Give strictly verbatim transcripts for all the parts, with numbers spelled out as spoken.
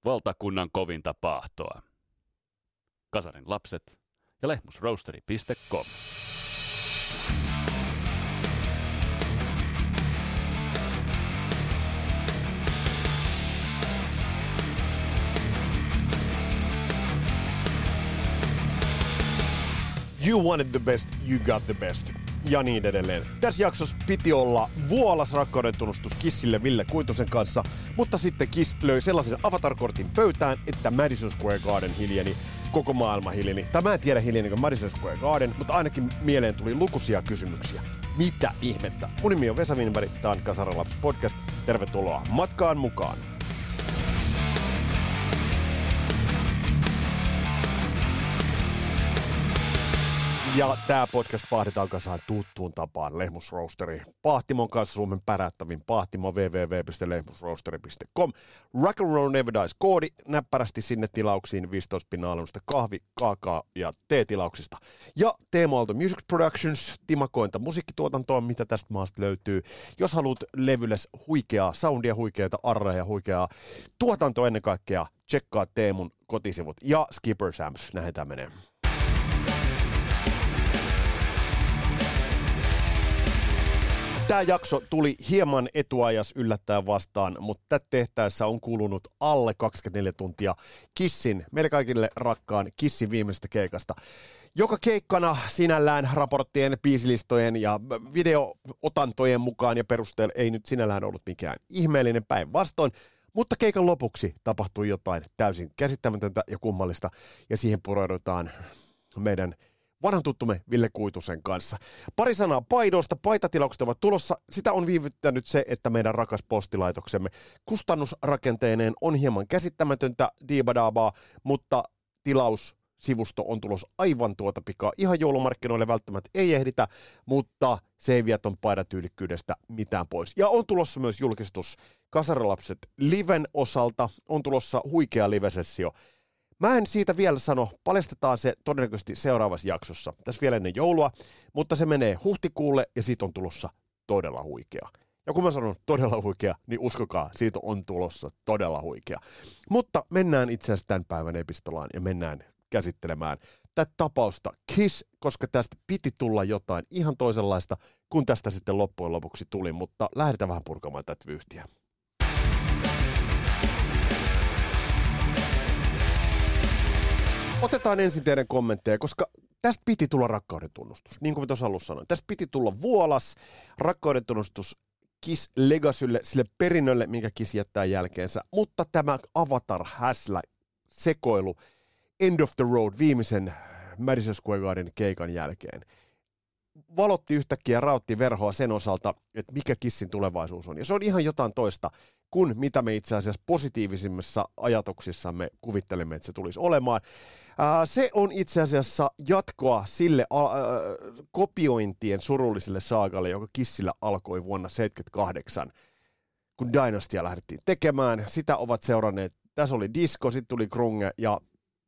valtakunnan kovinta paahtoa. Kasarin lapset ja lehmusroasteri piste com. You wanted the best, you got the best. Ja niin edelleen. Tässä jaksossa piti olla vuolas rakkauden tunnustus Kissille Ville Kuitusen kanssa, mutta sitten Kiss löi sellaisen avatarkortin pöytään, että Madison Square Garden hiljeni, koko maailma hiljeni. Tai mä en tiedä hiljenikö Madison Square Garden, mutta ainakin mieleen tuli lukuisia kysymyksiä. Mitä ihmettä? Mun nimi on Vesa Winberg, tää on Kasarin lapset podcast. Tervetuloa matkaan mukaan. Ja tää podcast paahdetaan kasaan tuttuun tapaan Lehmusroasteri. Paahtimon kanssa Suomen pärättävin paahtimo double-u double-u double-u piste lehmusroasteri piste com. Rock and Roll Never Dies -koodi näppärästi sinne tilauksiin viisitoista pinnaa alennusta kahvi, kaakaa ja teetilauksista. Ja Teemo Aalto Music Productions, timakointa musiikkituotantoa, mitä tästä maasta löytyy. Jos haluat levylles huikeaa soundia, huikeata arreja, huikeaa tuotantoa ennen kaikkea, tsekkaa Teemun kotisivut ja Skipper Sams, näin tää menee. Tämä jakso tuli hieman etuajas yllättäen vastaan, mutta tätä tehtäessä on kulunut alle kaksikymmentäneljä tuntia Kissin, meille kaikille rakkaan Kissin viimeisestä keikasta. Joka keikkana sinällään raporttien, biisilistojen ja videootantojen mukaan ja perusteella ei nyt sinällään ollut mikään ihmeellinen päinvastoin, mutta keikan lopuksi tapahtui jotain täysin käsittämätöntä ja kummallista ja siihen pureudutaan meidän vanhan tuttumme Ville Kuitusen kanssa. Pari sanaa paidoista. Paitatilaukset ovat tulossa. Sitä on viivyttänyt se, että meidän rakas postilaitoksemme kustannusrakenteineen on hieman käsittämätöntä diibadaabaa, mutta tilaussivusto on tulossa aivan tuota pikaa. Ihan joulumarkkinoille välttämättä ei ehditä, mutta se ei vie ton paidatyylikkyydestä mitään pois. Ja on tulossa myös julkistus Kasarilapset liven osalta. On tulossa huikea livesessio. Mä en siitä vielä sano, paljastetaan se todennäköisesti seuraavassa jaksossa, tässä vielä ennen joulua, mutta se menee huhtikuulle ja siitä on tulossa todella huikea. Ja kun mä sanon todella huikea, niin uskokaa, siitä on tulossa todella huikea. Mutta mennään itse asiassa tämän päivän epistolaan ja mennään käsittelemään tätä tapausta Kiss, koska tästä piti tulla jotain ihan toisenlaista, kun tästä sitten loppujen lopuksi tuli, mutta lähdetään vähän purkamaan tätä vyyhtiä. Otetaan ensin teidän kommentteja, koska tästä piti tulla rakkauden tunnustus. Niin kuin mä tuossa alussa sanoin. Tästä piti tulla vuolas rakkauden tunnustus Kiss Legacylle, sille perinnölle, minkä Kiss jättää jälkeensä. Mutta tämä Avatar-häslä sekoilu End of the Road viimeisen Madison Square Garden keikan jälkeen valotti yhtäkkiä rautti verhoa sen osalta, että mikä Kissin tulevaisuus on. Ja se on ihan jotain toista kuin mitä me itse asiassa positiivisimmissa ajatuksissamme kuvittelimme, että se tulisi olemaan. Ää, se on itse asiassa jatkoa sille ää, kopiointien surulliselle saagalle, joka Kissillä alkoi vuonna seitsemänkymmentäkahdeksan, kun Dynastya lähdettiin tekemään. Sitä ovat seuranneet, tässä oli disco, sitten tuli grunge ja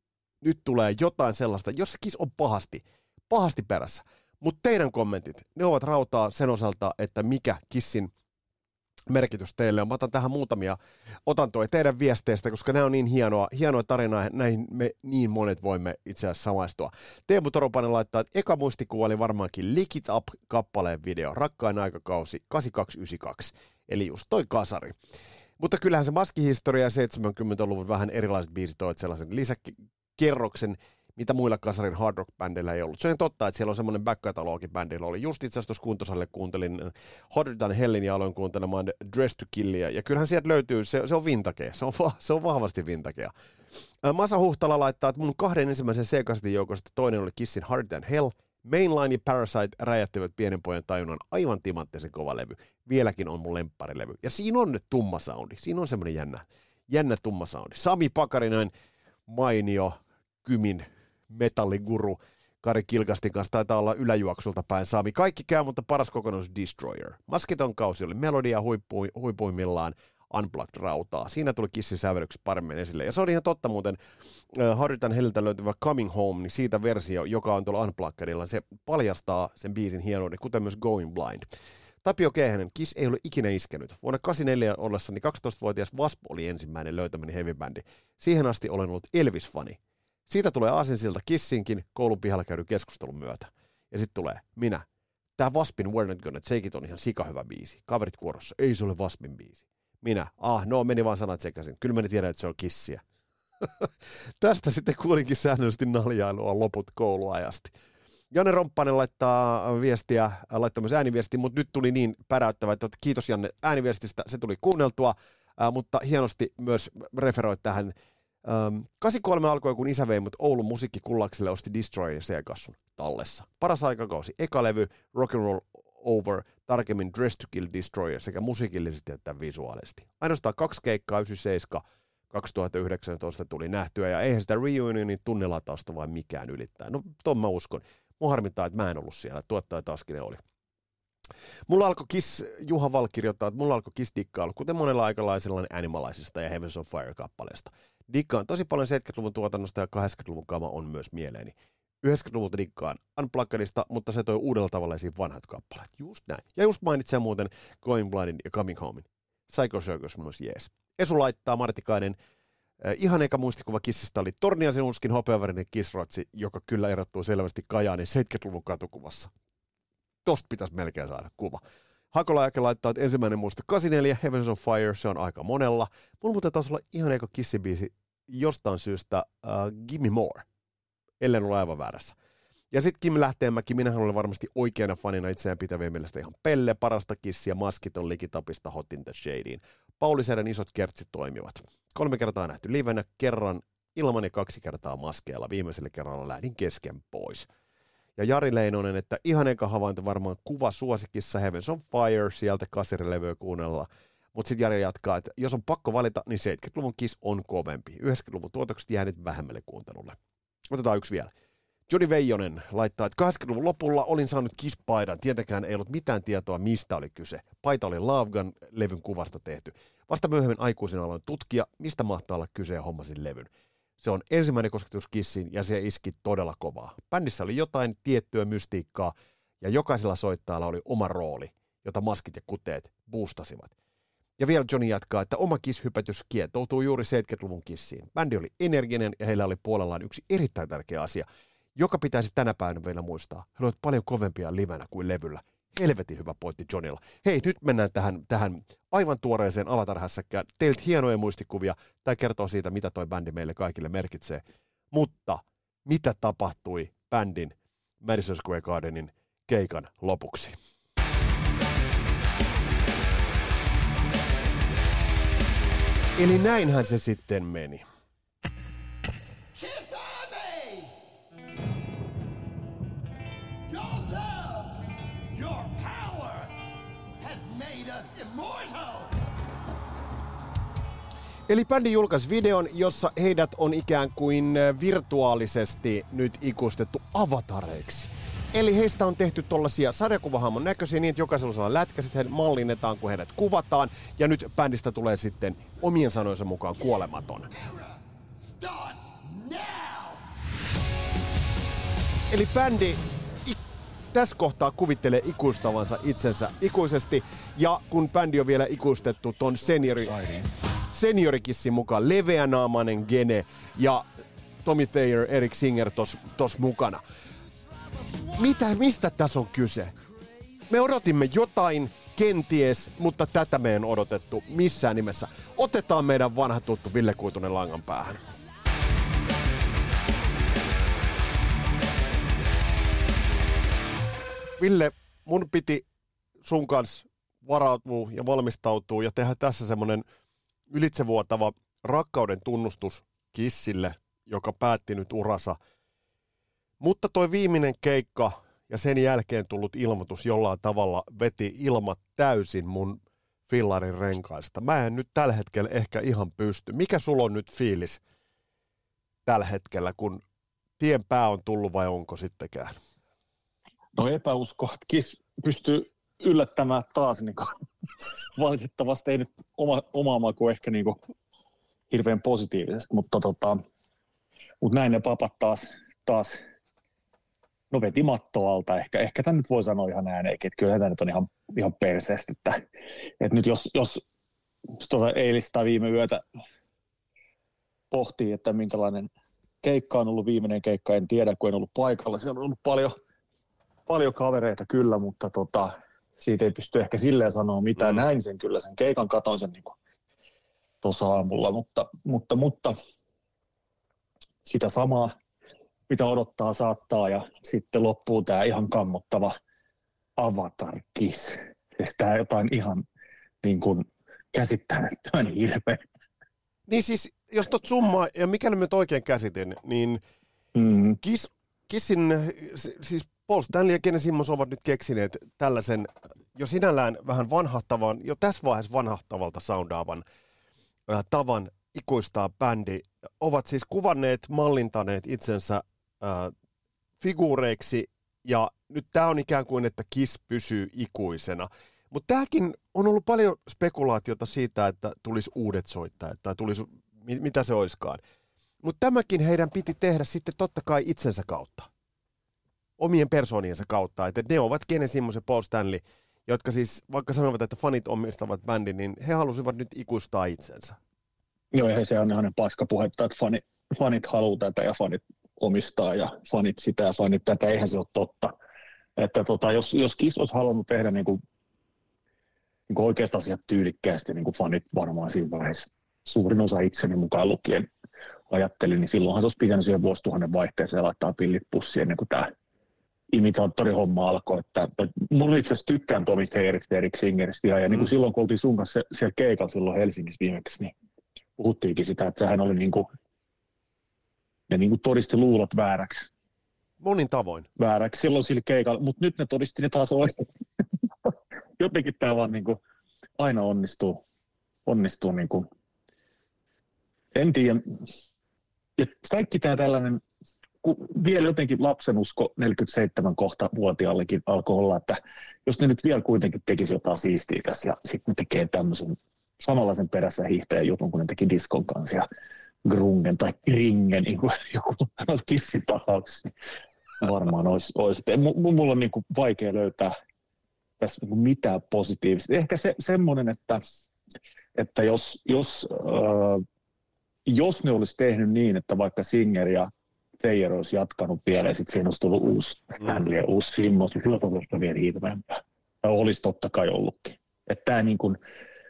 nyt tulee jotain sellaista, jossa Kiss on pahasti, pahasti perässä. Mutta teidän kommentit, ne ovat rautaa sen osalta, että mikä Kissin merkitys teille on. Mä otan tähän muutamia otantoja teidän viesteistä, koska nämä on niin hienoa, hienoa tarinaa, näihin me niin monet voimme itse asiassa samaistua. Teemu Toropainen laittaa, että eka muistikuva oli varmaankin Lick It Up-kappaleen video, Rakkain aikakausi kahdeksankymmentäkaksi yhdeksänkymmentäkaksi, eli just toi kasari. Mutta kyllähän se maskihistoria ja seitsemänkymmentäluvun vähän erilaiset biisit toivat sellaisen lisäkerroksen, mitä muilla kasarin hard rock-bändeillä ei ollut. Se on totta, että siellä on semmoinen back-katalogi-bändillä oli. Just itse asiassa tuossa kuntosalille kuuntelin Hotter Than Hellin ja aloin kuuntelemaan Dress to Killia. Ja kyllähän sieltä löytyy, se, se on vintakea. Se on, se on vahvasti vintakea. Masa Huhtala laittaa, että mun kahden ensimmäisen C-kasetin joukosta toinen oli Kissin Hotter Than Hell. Mainline ja Parasite räjähtivät pienen pojan tajunnan aivan timanttisen kova levy. Vieläkin on mun lempparilevy. Ja siinä on nyt tumma soundi. Siinä on semmoinen jännä, jännä tumma soundi. Sami Pakarinen, mainio, kymin metalliguru Kari Kilkastin kanssa taitaa olla yläjuoksulta päin Sami. Kaikki käy, mutta paras kokonaisuus Destroyer. Maskiton kausi oli melodia huippu, huipuimmillaan Unplugged-rautaa. Siinä tuli Kissin sävellyksi paremmin esille. Ja se on ihan totta muuten, äh, Hotter Than Helliltä löytyvä Coming Home, niin siitä versio, joka on tuolla Unpluggedilla, se paljastaa sen biisin hienouden, kuten myös Going Blind. Tapio Keihänen, Kiss ei ole ikinä iskenyt. Vuonna kahdeksankymmentäneljä ollessani kaksitoistavuotias Wasp oli ensimmäinen löytämäni heavy-bändi. Siihen asti olen ollut Elvis-fani. Siitä tulee aasinsilta Kissinkin koulun pihalla käydyn keskustelun myötä. Ja sitten tulee minä. Tää Waspin We're Not Gonna Take It on ihan sikahyvä biisi. Kaverit kuorossa, ei se ole Waspin biisi. Minä, ah no meni vaan sanat sekaisin. Kyllä mä tiedän, että se on Kissiä. Tästä sitten kuulinkin säännöllisesti naljailua loput kouluajasti. Janne Romppanen laittaa viestiä, laittaa myös ääniviestiä, mutta nyt tuli niin päräyttävä, että kiitos Janne ääniviestistä, se tuli kuunneltua, äh, mutta hienosti myös referoit tähän. Ähm, kahdeksankymmentäkolme alkoi, kun isä vei mut Oulun musiikkikullakselle, osti Destroyer C-kassun tallessa. Paras aikakausi, eka levy, Rock'n'Roll Over, tarkemmin Dress to Kill Destroyer sekä musiikillisesti että visuaalisesti. Ainoastaan kaksi keikkaa, yhdeksänkymmentäseitsemän kaksituhattayhdeksäntoista tuli nähtyä, ja eihän sitä reunionin tunnelatausta vaan mikään ylittää. No, ton mä uskon. Mua harmittaa, että mä en ollut siellä. Tuottaja Taskinen oli. Mulla alkoi Kiss, Juha Val kirjoittaa, että mulla alkoi Kiss dikkailu, kuten monella aikalaisella Animalaisista ja Heavens on Fire-kappaleesta. Dikkaan tosi paljon seitsemänkymmentäluvun tuotannosta ja kahdeksankymmentäluvun kama on myös mieleeni. yhdeksänkymmentäluvulta dikkaan Unpluggedista, mutta se toi uudella tavalla esiin vanhat kappaleet. Just näin. Ja just mainitsee muuten Going Blindin ja Coming Homein. Psycho Circus myös jees. Esu laittaa Martikainen. Äh, ihan eka muistikuva Kissistä oli Torniasen Ulskin hopeavärinen Kissrotsi, joka kyllä erottuu selvästi Kajaanin seitsemänkymmentäluvun katukuvassa. Tosta pitäisi melkein saada kuva. Hakola laittaa, että ensimmäinen muista kahdeksankymmentäneljä, Heavens on Fire, se on aika monella. Mulla muuten taisi olla ihan eka Kissibiisi jostain syystä uh, Gimme More, ellen ole aivan väärässä. Ja sitten Kim Lähteenmäki, minähän olen varmasti oikeana fanina itseään pitävien mielestä ihan pelle, parasta Kissiä, maskiton likitapista Hot in the Shadeen. Pauli Särän isot kertsit toimivat. Kolme kertaa nähty livenä, kerran ilman ja kaksi kertaa maskeilla. Viimeisellä kerralla lähdin kesken pois. Ja Jari Leinonen, että ihan eka havainto varmaan kuva suosikissa Heavens on Fire, sieltä kasirilevyä kuunnella. Mutta sitten Jari jatkaa, että jos on pakko valita, niin seitsemänkymmentäluvun Kiss on kovempi. yhdeksänkymmentäluvun tuotokset jääneet vähemmälle kuuntelulle. Otetaan yksi vielä. Joni Veijonen laittaa, että kahdeksankymmentäluvun lopulla olin saanut Kiss-paidan. Tietenkään ei ollut mitään tietoa, mistä oli kyse. Paita oli Love Gun-levyn kuvasta tehty. Vasta myöhemmin aikuisena aloin tutkia, mistä mahtaa olla kyse ja hommasin levyn. Se on ensimmäinen kosketus Kissiin ja se iski todella kovaa. Bändissä oli jotain tiettyä mystiikkaa ja jokaisella soittajalla oli oma rooli, jota maskit ja kuteet boostasivat. Ja vielä Johnny jatkaa, että oma Kiss-hypätys kietoutuu juuri seitsemänkymmentäluvun Kissiin. Bändi oli energinen ja heillä oli puolellaan yksi erittäin tärkeä asia, joka pitäisi tänä päivänä vielä muistaa. He olivat paljon kovempia livenä kuin levyllä. Helvetin hyvä pointti Johnilla. Hei, nyt mennään tähän, tähän aivan tuoreeseen Avatar-hässäkkään. Teiltä hienoja muistikuvia. Tämä kertoo siitä, mitä toi bändi meille kaikille merkitsee. Mutta mitä tapahtui bändin Madison Square Gardenin keikan lopuksi? Eli näinhän se sitten meni. Eli bändi julkaisi videon, jossa heidät on ikään kuin virtuaalisesti nyt ikustettu avatareiksi. Eli heistä on tehty tollaisia sarjakuvahahmon näköisiä niin, että jokaisella osalla lätkäiset heidät mallinnetaan, kun heidät kuvataan. Ja nyt bändistä tulee sitten omien sanojensa mukaan kuolematon. Eli bändi ik- tässä kohtaa kuvittelee ikuistavansa itsensä ikuisesti. Ja kun bändi on vielä ikuistettu ton seniori... Seniorikissin mukaan leveänaamainen Gene ja Tommy Thayer, Eric Singer tos, tos mukana. Mitä, mistä tässä on kyse? Me odotimme jotain, kenties, mutta tätä me en odotettu missään nimessä. Otetaan meidän vanha tuttu Ville Kuitunen langan päähän. Ville, mun piti sun kanssa varautua ja valmistautua ja tehdä tässä semmonen ylitsevuotava rakkauden tunnustus Kissille, joka päätti nyt uransa. Mutta toi viimeinen keikka ja sen jälkeen tullut ilmoitus jollain tavalla veti ilmat täysin mun fillarin renkaista. Mä en nyt tällä hetkellä ehkä ihan pysty. Mikä sulla on nyt fiilis tällä hetkellä, kun tien pää on tullut vai onko sittenkään? No epäusko. Kiss pystyy yllättämään taas. Niin valitettavasti ei nyt oma, omaa maku ehkä niin hirveän positiivisesti, mutta, tota, mutta näin ne papat taas, taas no veti matto alta. Ehkä, ehkä tämän nyt voi sanoa ihan ääneenkin, että kyllä tämä nyt on ihan, ihan perseestä. Että, että nyt jos, jos tuota eilistä viime yötä pohtii, että minkälainen keikka on ollut viimeinen keikka, en tiedä, kun en ollut paikalla. Siellä on ollut paljon, paljon kavereita kyllä, mutta tota, siitä ei pysty ehkä silleen sanoa mitään. Mm. Näin sen kyllä, sen keikan katoin sen niin tuossa aamulla, mutta, mutta, mutta sitä samaa, mitä odottaa saattaa, ja sitten loppuu tämä ihan kammottava Avatar Kiss. Siis tämä jotain ihan niin kuin käsittämättömän hirveä. Niin siis, jos tot summaa, ja mikäli mä nyt oikein käsitin, niin mm. Kiss, Kissin, siis Paul Stanley ja Gene Simmons ovat nyt keksineet tällaisen jo sinällään vähän vanhahtavan, jo tässä vaiheessa vanhahtavalta soundaavan äh, tavan ikuistaa bändi. Ovat siis kuvanneet, mallintaneet itsensä äh, figuureiksi, ja nyt tämä on ikään kuin, että Kiss pysyy ikuisena. Mutta tämäkin on ollut paljon spekulaatiota siitä, että tulisi uudet soittajat tai tulisi, mitä se olisikaan. Mutta tämäkin heidän piti tehdä sitten totta kai itsensä kautta. Omien persooniensa kautta. Että ne ovat Gene Simmons ja Paul Stanley, jotka siis, vaikka sanovat, että fanit omistavat bändin, niin he halusivat nyt ikuistaa itsensä. Joo, ja se on ihan paskapuhetta, että fanit, fanit haluaa tätä ja fanit omistaa ja fanit sitä ja fanit tätä. Eihän se ole totta. Että tota, jos, jos Kiss olisi halunnut tehdä niin kuin niin oikeasta asiat tyylikkäästi, niin kuin fanit varmaan siinä vaiheessa suurin osa itseni mukaan lukien ajatteli, niin silloinhan se olisi pitänyt siihen vuosituhannen vaihteeseen laittaa pillit pussiin ennen kuin tämä imitaattorihomma alkoi. Että, että mun itse asiassa tykkään Tomista Erikstä, Erik Singeristä, ja, ja niin kuin silloin kun oltiin sun kanssa siellä keikalla silloin Helsingissä viimeksi, niin puhuttiinkin sitä, että sehän oli niin kuin, ne niin kuin todisti luulot vääräksi. Monin tavoin. Vääräksi silloin sillä keikalla, mutta nyt ne todisti ne taas oikein. Jotenkin tämä vaan niin kuin aina onnistuu, onnistuu niin kuin, en tiedä. Ja kaikki tämä tällainen, kun vielä jotenkin lapsenusko neljäkymmentäseitsemän kohta vuotiaallekin alkoi olla, että jos ne nyt vielä kuitenkin tekisi jotain siistiä tässä ja sitten ne tekee tämmöisen samanlaisen perässä hiihtäjän jutun, kun ne teki diskon kanssa ja grungen tai kringen, niin kuin joku Kissin tapauksessa, niin varmaan olisi. olisi. M- mulla on niin kuin vaikea löytää tässä niin kuin mitään positiivista. Ehkä se, semmoinen, että, että jos, jos, äh, jos ne olisi tehnyt niin, että vaikka Singer ja Thayer olisi jatkanut vielä ja sitten siinä olisi tullut uusi Stanley ja uusi Simmons, niin silloin olisi vielä hirveämpää. Ja olisi totta kai ollutkin. Että tämä niin kuin,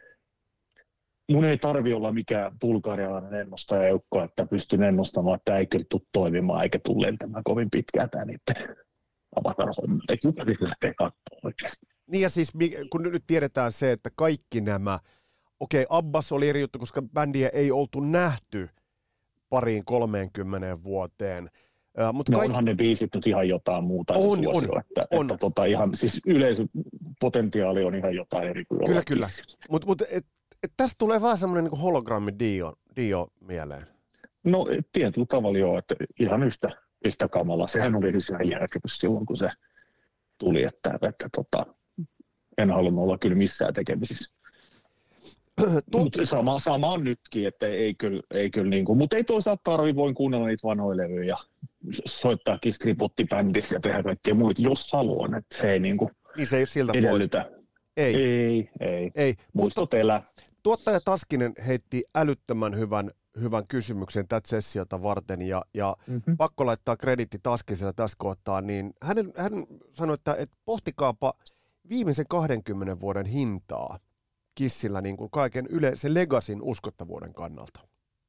mun ei tarvi olla mikään bulgarialainen ennustajajoukko, että pystyn ennustamaan, että tämä ei kyllä tule toimimaan eikä tule lentämään kovin pitkään tämä niiden avatar-homma. Että nyt lähtee katsomaan oikeasti. Niin ja siis kun nyt tiedetään se, että kaikki nämä, okei okay, Abbas oli eri juttu, koska bändiä ei oltu nähty pariin kolmeenkymmeneen vuoteen. Uh, mutta no kaikki... onhan ne biisit nyt ihan jotain muuta. On, suosio, on, että, on. Että tota ihan, siis yleisöpotentiaali on ihan jotain eri kuin Kyllä, kyllä. Mutta mut, tästä tulee vaan semmoinen niin hologrammi Dio, Dio mieleen. No tietyllä tavalla joo, että ihan yhtä, yhtä kamala. Sehän oli ihan järkevys silloin, kun se tuli, että, että tota, en halunnut olla kyllä missään tekemisissä. Mutta sama, sama on nytkin, että ei kyllä, ei kyllä niin kuin, mutta ei toisaalta tarvi, voin kuunnella niitä vanhoja levyjä ja soittaa Kiss-tributtibändissä ja tehdä kaikkea muita, jos haluan, että se ei niin kuin niin se ei ole siltä edellytä. Pois. Ei. Ei, ei. ei. Muistot elää. Tuottaja Taskinen heitti älyttömän hyvän, hyvän kysymyksen tätä sessiota varten ja, ja mm-hmm. pakko laittaa krediitti Taskiselle tässä kohtaa, niin hän, hän sanoi, että, että pohtikaapa viimeisen kahdenkymmenen vuoden hintaa Kissillä niin kuin kaiken yle, sen legasin uskottavuuden kannalta.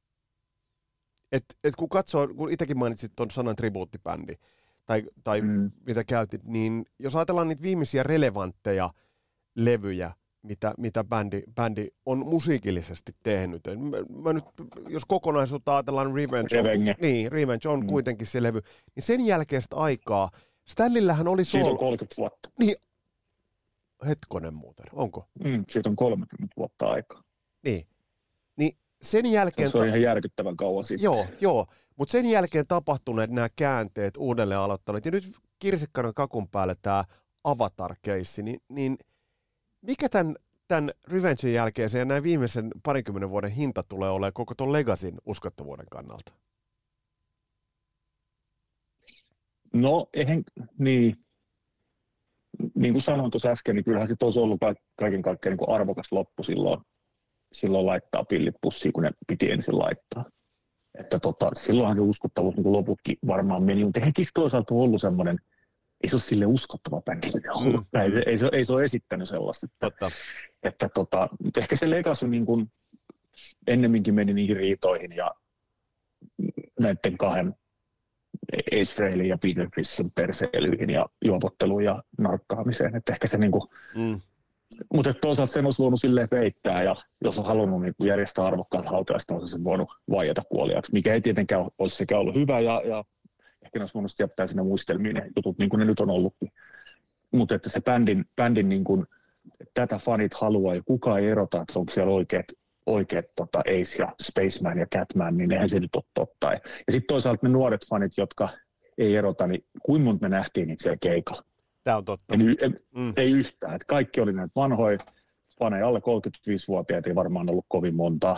Et, et kun katsoo, kun itsekin mainitsit tuon sanan tribuuttibändi, tai, tai mm. mitä käytit, niin jos ajatellaan niitä viimeisiä relevantteja levyjä, mitä, mitä bändi, bändi on musiikillisesti tehnyt. Mä, mä nyt, jos kokonaisuutta ajatellaan, Revenge on, niin, Revenge on mm. kuitenkin se levy, niin sen jälkeistä aikaa, Stanleyllähän oli Siitä on kolmekymmentä vuotta. Niin, hetkonen muuten, onko? Mm, siitä on kolmekymmentä vuotta aikaa. Niin, niin sen jälkeen... Se on ihan järkyttävän kauan sitten. Joo, joo, mutta sen jälkeen tapahtuneet nämä käänteet, uudelleen aloittaneet, ja nyt kirsikkana kakun päälle tämä Avatar-keissi, niin, niin mikä tämän, tämän Revengein jälkeen ja näin viimeisen parinkymmenen vuoden hinta tulee olemaan koko tuon Legacyn uskottavuuden kannalta? No, eihän, niin, niin kuin sanoin tuossa äsken, niin kyllähän se olisi ollut kaiken kaikkiaan niin arvokas loppu silloin, silloin laittaa pillit pussiin, kun ne piti ensin laittaa. Että tota, silloinhan se uskottavuus niin kuin loputkin varmaan meni, mutta eihän Kiss toisaalta ollut semmoinen, ei se ole sille uskottava bändi. Mm. Ei, ei, se, ei se ole esittänyt sellaista. Että, Totta. että tota, ehkä se Legacy niin kuin ennemminkin meni niihin riitoihin ja näiden kahden Ace Frehlin ja Peter Crissin perseilyihin ja juopotteluun ja narkkaamiseen. Että ehkä se niin kuin, mm. Mutta toisaalta sen olisi voinut silleen peittää, ja jos on halunnut niin järjestää arvokkaat hautajaista, olisi sen voinut vaieta kuoliaksi, mikä ei tietenkään olisi sekä ollut hyvä, ja, ja ehkä ne olisi voinut jättää sinne muistelmiin ne jutut, niin kuin ne nyt on ollutkin. Mutta että se bändin, bändin niin kuin, tätä fanit haluaa, ja kukaan ei erota, että onko siellä oikeat, oikeat tota Ace ja Spaceman ja Catman, niin eihän se nyt ole totta. Ja sitten toisaalta ne nuoret fanit, jotka ei erota, niin kuinka monta me nähtiin niitä siellä keikalla? Tämä on totta. Ei, ei, mm. ei yhtään. Että kaikki oli näitä vanhoja faneja, alle kolmekymmentäviisivuotiaita ei varmaan ollut kovin montaa.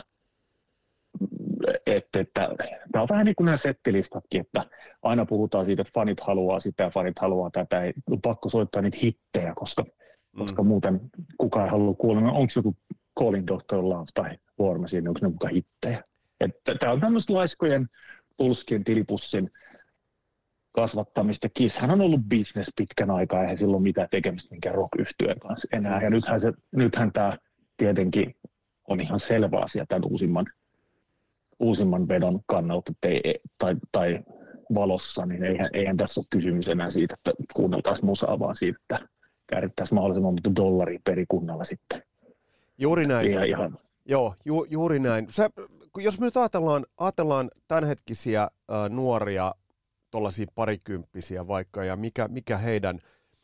Että, että, tämä on vähän niin kuin nämä settilistatkin, että aina puhutaan siitä, että fanit haluaa sitä ja fanit haluaa tätä. Ei ole pakko soittaa niitä hittejä, koska, mm. koska muuten kukaan ei halua kuulla. No, onko joku Calling doctor Love tai War Machine, onko ne mukaan hittejä? Että, tämä on tämmöistä laiskojen pulskien tilipussin kasvattamista. Kisshän on ollut business pitkän aikaa, eihän sillä ole mitään tekemistä minkään rock-yhtyeen kanssa enää. Ja nythän, se, nythän tämä tietenkin on ihan selvä asia tämän uusimman, uusimman vedon kannalta ei, tai, tai valossa, niin eihän, eihän tässä ole kysymys enää siitä, että kuunneltaisiin musaa, vaan siitä, että käärittäisiin mahdollisimman monta dollaria perikunnalla sitten. Juuri näin. Ja ihan... Joo, ju, juuri näin. Sä, jos me nyt ajatellaan, ajatellaan tämänhetkisiä äh, nuoria, tuollaisia parikymppisiä vaikka, ja mikä, mikä, heidän,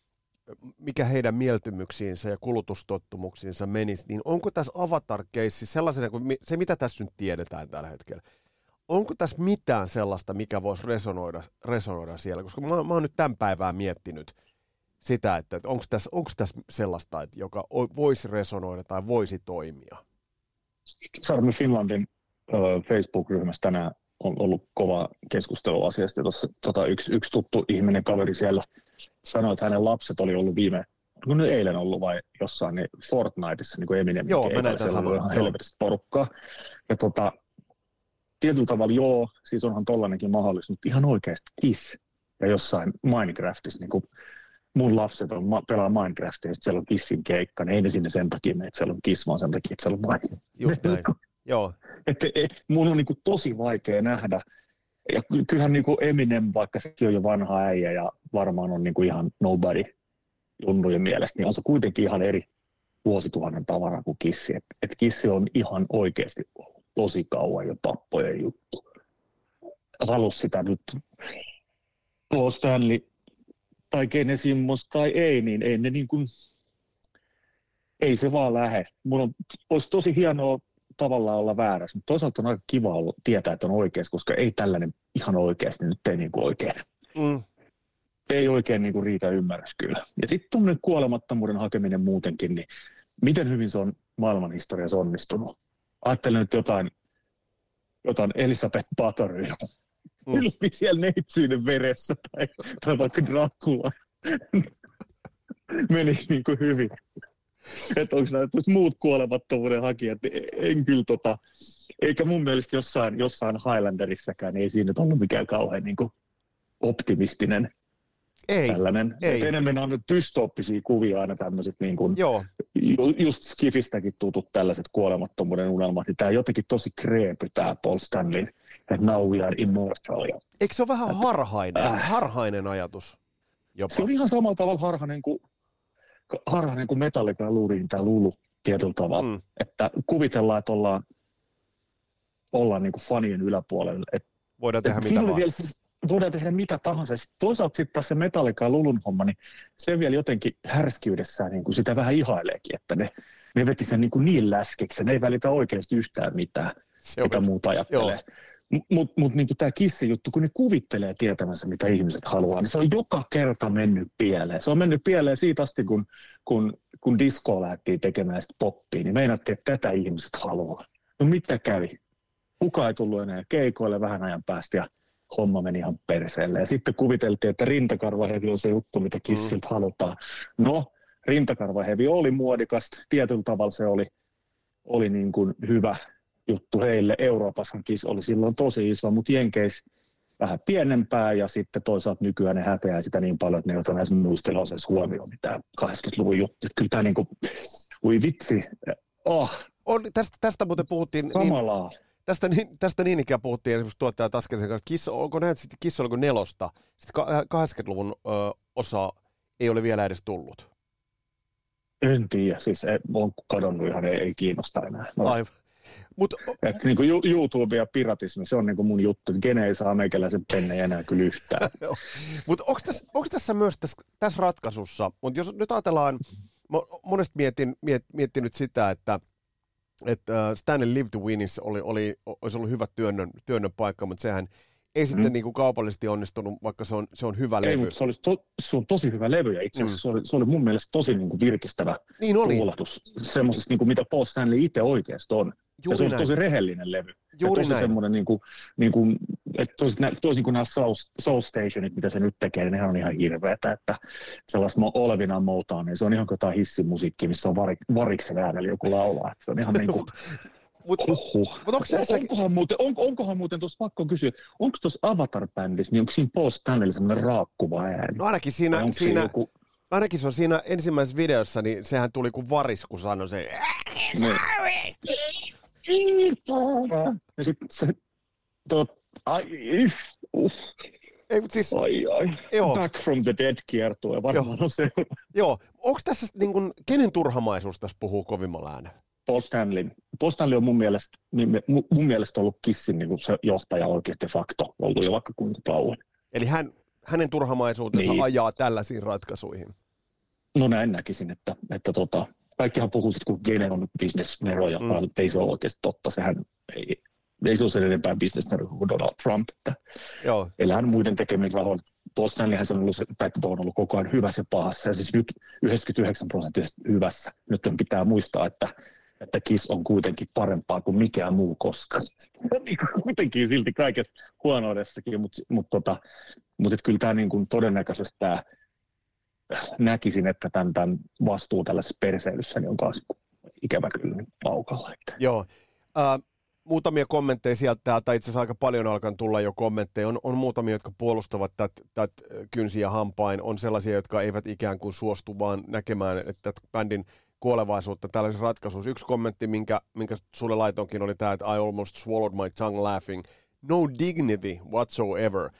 mikä heidän mieltymyksiinsä ja kulutustottumuksiinsa menisi, niin onko tässä Avatar-keissi sellaisena kuin se, mitä tässä nyt tiedetään tällä hetkellä, onko tässä mitään sellaista, mikä voisi resonoida, resonoida siellä? Koska mä, mä oon nyt tämän päivää miettinyt sitä, että onko tässä, onko tässä sellaista, että joka voisi resonoida tai voisi toimia? Sarmi Finlandin uh, Facebook-ryhmässä tänään on ollut kova keskustelu asiasta. Tuossa, tota, yksi, yksi tuttu ihminen, kaveri siellä, sanoi, että hänen lapset oli ollut viime, onko ne eilen ollut vai jossain, niin Fortniteissa, niin kuin Eminem. Joo, mä näin tämän saman. Ihan helvetistä porukkaa. Ja tota, tietyllä tavalla joo, siis onhan tollainenkin mahdollista, mutta ihan oikeasti Kiss ja jossain Minecraftissa, niin kuin mun lapset on, pelaa Minecraftia ja sitten siellä on Kissin keikka, niin ei ne sinne sen takia, että siellä on Kiss, vaan sen takia, että siellä on Minecraft. Just näin, joo. Että mun on niinku tosi vaikea nähdä. Ja kyllähän niinku Eminem, vaikka sekin on jo vanha äijä ja varmaan on niinku ihan nobody junnujen mielestä, niin on se kuitenkin ihan eri vuosituhannen tavara kuin Kissi. Että et Kissi on ihan oikeasti ollut tosi kauan jo tappojen juttu. Halus sitä nyt Paul Stanley tai Gene Simmons tai ei, niin ei ne niinku, ei se vaan lähde. Mun on, olisi tosi hienoa tavallaan olla väärässä, mutta toisaalta on aika kiva olla, tietää, että on oikeassa, koska ei tällainen ihan oikeasti nyt ei niin kuin oikein. Mm. Ei oikein niin kuin riitä ymmärrys kyllä. Ja sitten tuommoinen kuolemattomuuden hakeminen muutenkin, niin miten hyvin se on maailmanhistoriassa onnistunut. Ajattelen nyt jotain, jotain Elisabeth Bathoryä. Mm. Siellä neitsyinen veressä tai, tai vaikka Dracula. Meni niin kuin hyvin. Että onko nämä muut kuolemattomuuden hakijat, en kyllä tota, eikä mun mielestä jossain, jossain Highlanderissäkään, niin ei siinä ollut mikään kauhean niin kuin optimistinen ei, tällainen. Ei. Enemmän on dystooppisia kuvia aina tämmöiset niin kuin, Joo. just Skifistäkin tutut tällaiset kuolemattomuuden unelmat. Tämä on jotenkin tosi kreepy tämä Paul Stanley, että now we are immortal. Eikö se ole vähän harhainen, äh, harhainen ajatus jopa? Se on ihan samalla tavalla harhainen kuin harhainen kuin Metallica luuriin tämä Lulu tietyllä tavalla, mm. että kuvitellaan, että ollaan, ollaan niin kuin fanien yläpuolella. Et, voidaan tehdä mitä vaan. Vielä, voidaan tehdä mitä tahansa. Sitten toisaalta sitten taas se Metallica ja Lulun homma, niin se vielä jotenkin härskiydessään niin kuin sitä vähän ihaileekin, että ne, ne veti sen niin, kuin niin läskiksi, ne ei välitä oikeasti yhtään mitään, se mitä muuta ajattelee. Mutta mut, mut, niin tämä Kissi-juttu, kun ne kuvittelee tietämänsä, mitä ihmiset haluaa, niin se on joka kerta mennyt pieleen. Se on mennyt pieleen siitä asti, kun, kun, kun diskoa lähdettiin tekemään sitä poppia, niin meinattiin, että tätä ihmiset haluaa. No mitä kävi? Kukaan ei tullut enää keikoille vähän ajan päästä ja homma meni ihan perseelle. Ja sitten kuviteltiin, että rintakarvahevi on se juttu, mitä Kissiltä mm. halutaan. No, rintakarvahevi oli muodikasta, tietyllä tavalla se oli, oli niin kuin hyvä juttu heille. Euroopassahan Kiss oli silloin tosi iso, mutta Jenkeissä vähän pienempää, ja sitten toisaalta nykyään ne häpeää sitä niin paljon, että ne ei ota näissä muistella osassa huomioon mitään kahdeksankymmentäluvun juttu. Kyllä tämä niin kuin, ui vitsi, oh. On, tästä, tästä muuten puhuttiin, kamalaa. Niin, tästä, niin, tästä niin ikään puhuttiin esimerkiksi tuottaja Taskelisen kanssa, Kiss, onko näet sitten Kiss oliko nelosta, sitten kahdeksankymmentäluvun ö, osa ei ole vielä edes tullut. En tiedä, siis ei, on kadonnut ihan, ei, ei kiinnosta enää. No. Aivan. Mut, että niin kuin YouTube ja piratismi, se on niin kuin mun juttu. Gene ei saa meikäläisen pennejä enää kyllä yhtään. Mutta onko tässä, tässä myös tässä, tässä ratkaisussa, mutta jos nyt ajatellaan, monesti mietin, miet, miettinyt sitä, että, että Stanley Live to Winissa oli, oli, olisi ollut hyvä työnnön, työnnön paikka, mutta sehän ei sitten mm. niin kuin kaupallisesti onnistunut, vaikka se on, se on hyvä ei, levy. Mutta se, olisi to, se on tosi hyvä levy, ja itse asiassa mm. se, oli, se oli mun mielestä tosi niin kuin virkistävä niin oli. kuulatus. Semmoisesta, niin kuin mitä Paul Stanley itse oikeasti on. Ja se on tosi rehellinen levy. Juuri tosi semmoinen, niin kuin, niin kuin, että toisin, toisin kuin nämä Soul, Soul Stationit, mitä se nyt tekee, niin nehän on ihan hirveätä, että sellaista olevinaan moutaan, niin se on ihan jotain hissimusiikkia, missä on varik, variksen äänellä joku laulaa. Se on ihan niin kuin... Mut, mut onko se onkohan muuten, on, onkohan muuten tuossa pakko kysyä, onko tuossa Avatar-bändissä, niin onko siinä Paul Stanleylla semmoinen raakkuva ääni? No ainakin siinä, siinä joku... ainakin se on siinä ensimmäisessä videossa, niin sehän tuli kuin varis, kun sanoi se. Ja sitten se, tot, ai, uff. Ei, mutta siis, ai, ai. Joo. Back from the Dead kiertue varmaan joo. on se. Joo, onko tässä, niin kun, kenen turhamaisuus tässä puhuu kovimmalla äänellä? Paul Stanley. Paul Stanley on mun mielestä, mun mielestä ollut Kissin niin se johtaja oikeasti de facto, ollut jo vaikka kuinka kauan. Eli hän, hänen turhamaisuutensa niin. ajaa tällaisiin ratkaisuihin? No näin näkisin, että, että tota, kaikkihan puhuu sitten, kun Gene on businessnero, ja mm. ei se ole oikeasti totta. Sehän ei, ei se ole sen enempää businessnero kuin Donald Trump. Että Joo. Ellähän muiden tekeminen rahoilla. Paul Stanleyhän se on ollut, se backbone on ollut koko ajan hyvässä ja pahassa, ja siis nyt yhdeksänkymmentäyhdeksän prosenttisesti hyvässä. Nyt pitää muistaa, että että Kiss on kuitenkin parempaa kuin mikään muu koskaan. Kuitenkin silti kaikessa huonoudessakin, mutta mut tota, mut kyllä tämä niin todennäköisesti tämä näkisin, että tämän, tämän vastuu tällaisessa perseilyssä niin on taas ikävä kyllä niin paukalla. Joo. Äh, muutamia kommentteja sieltä, tai itse asiassa aika paljon alkaa tulla jo kommentteja. On, on muutamia, jotka puolustavat tätä kynsiä hampain. On sellaisia, jotka eivät ikään kuin suostu vaan näkemään, että bändin kuolevaisuutta tällaisessa ratkaisussa. Yksi kommentti, minkä, minkä sulle laitonkin, oli tämä, että I almost swallowed my tongue laughing. No dignity whatsoever.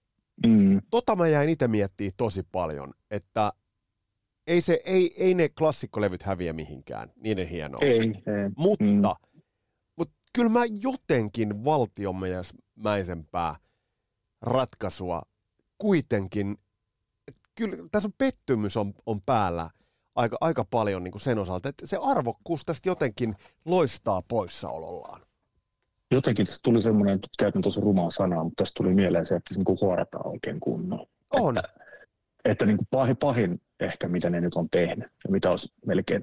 Mm. Tota mä jäin itse miettimään tosi paljon, että ei, se, ei, ei ne klassikkolevyt häviä mihinkään, niiden hienous. Ei, ei. Mutta, mm. mutta kyllä mä jotenkin valtionmäisempää ratkaisua kuitenkin, kyllä tässä on pettymys on, on päällä aika, aika paljon niin kuin sen osalta, että se arvokkuus tästä jotenkin loistaa poissaolollaan. Jotenkin tässä tuli semmoinen, että käytän tosi rumaa sanaa, mutta tässä tuli mieleen se, että se niin huorataan oikein kunnolla. On. Että, että niin kuin pahin, pahin ehkä, mitä ne nyt on tehnyt ja mitä olisi melkein.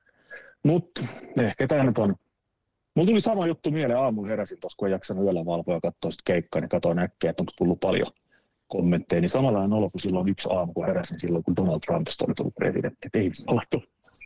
Mutta ehkä tämä nyt on. Mulla tuli sama juttu mieleen, aamulla heräsin tuossa, kun en jaksanut yöllä valvoa ja katsoa sitä keikkaa, niin katsoin äkkiä, että onko tullut paljon kommentteja. Niin samanlainen olo kuin silloin yksi aamu, kun heräsin silloin, kun Donald Trumpista oli tullut presidentti. Että ei olla tullut.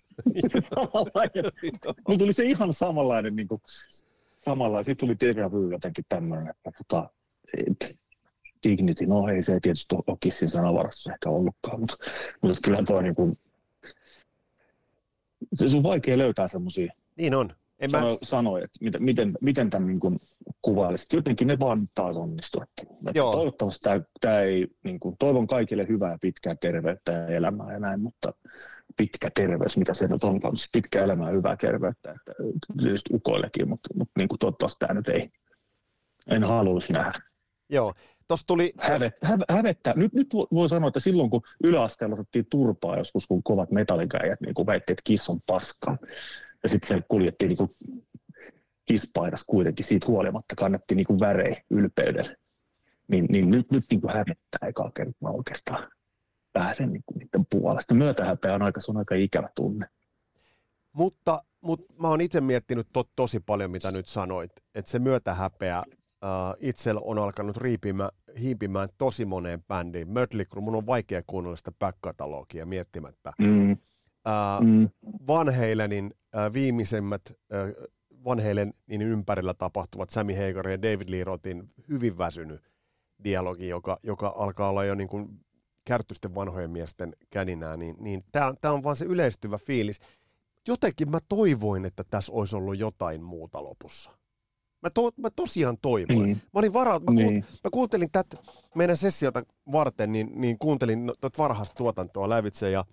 Mulla tuli se ihan samanlainen, niin kuin, samanlainen. Sitten tuli déjà vu jotenkin tämmöinen, että tota, et, dignity, no ei se tietysti ole Kissin sanavarastossa ehkä ollutkaan, mutta, mutta kyllähän toi niin kuin, se on vaikea löytää semmoisia. Niin on. En Sano, mä... sanoi, että miten, miten, miten tämän niin kuin kuvailisit. Jotenkin ne vaan taas onnistu. Toivottavasti tämä, tämä ei, niin kuin, toivon kaikille hyvää ja pitkää terveyttä ja elämää ja näin, mutta pitkä terveys, mitä se nyt on, pitkä elämää ja hyvää terveyttä, että tietysti ukoillekin, mutta, mutta niin kuin toivottavasti tämä nyt ei, en haluaisi nähdä. Joo, tuossa tuli... Hävet, hä, hävettä. Nyt, nyt voi sanoa, että silloin kun yläasteella otettiin turpaa joskus, kun kovat metallikäijät niin kuin väitti, että Kiss on paska. Ja sitten se kuljettiin niin kuin Kiss-paidassa kuitenkin siitä huolimatta, kannettiin niin kuin värejä ylpeydellä. Niin, niin nyt, nyt niin kuin hävettää ekaa kertaa oikeastaan pääsen niin kuin niiden puolesta. Myötähäpeä on aika, se on aika ikävä tunne. Mutta, mutta mä oon itse miettinyt to, tosi paljon, mitä nyt sanoit, että se myötähäpeä äh, itsellä on alkanut riipimä, hiipimään tosi moneen bändiin. Mötley Crüe, mun on vaikea kuunnella sitä back-katalogia miettimättä. Mm. Äh, Mm. Van Halenin äh, viimeisemmät äh, Van Halenin ympärillä tapahtuvat Sammy Hagarin ja David Lee Rothin hyvin väsynyt dialogi, joka, joka alkaa olla jo niin kuin kärtysten vanhojen miesten käninää, niin, niin tämä on, on vaan se yleistyvä fiilis. Jotenkin mä toivoin, että tässä olisi ollut jotain muuta lopussa. Mä, to, mä tosiaan toivoin. Mm. Mä olin varautunut, mä, niin. kuult, mä kuuntelin tätä meidän sessiota varten, niin, niin kuuntelin tuota varhaista tuotantoa lävitse ja,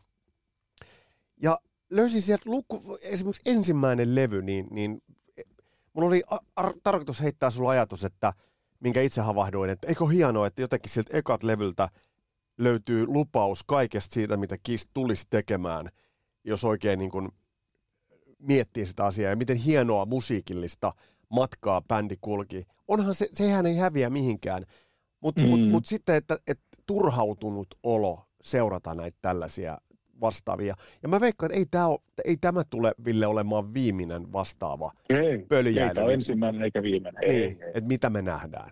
ja löysin sieltä luku, esimerkiksi ensimmäinen levy, niin, niin mulla oli a, a, tarkoitus heittää sulla ajatus, että minkä itse havahduin, että eikö hienoa, että jotenkin sieltä ekat levyltä löytyy lupaus kaikesta siitä, mitä Kiss tulisi tekemään, jos oikein niin kuin miettii sitä asiaa ja miten hienoa musiikillista matkaa bändi kulki. Onhan se, sehän ei häviä mihinkään, mutta mm. mut, mut sitten, että, että turhautunut olo seurata näitä tällaisia vastaavia. Ja mä veikkaan, että ei, tää ole, ei tämä tule, Ville, olemaan viimeinen vastaava pöljäily. Ei, tämä on ensimmäinen eikä viimeinen. Ei, ei, ei. Että mitä me nähdään.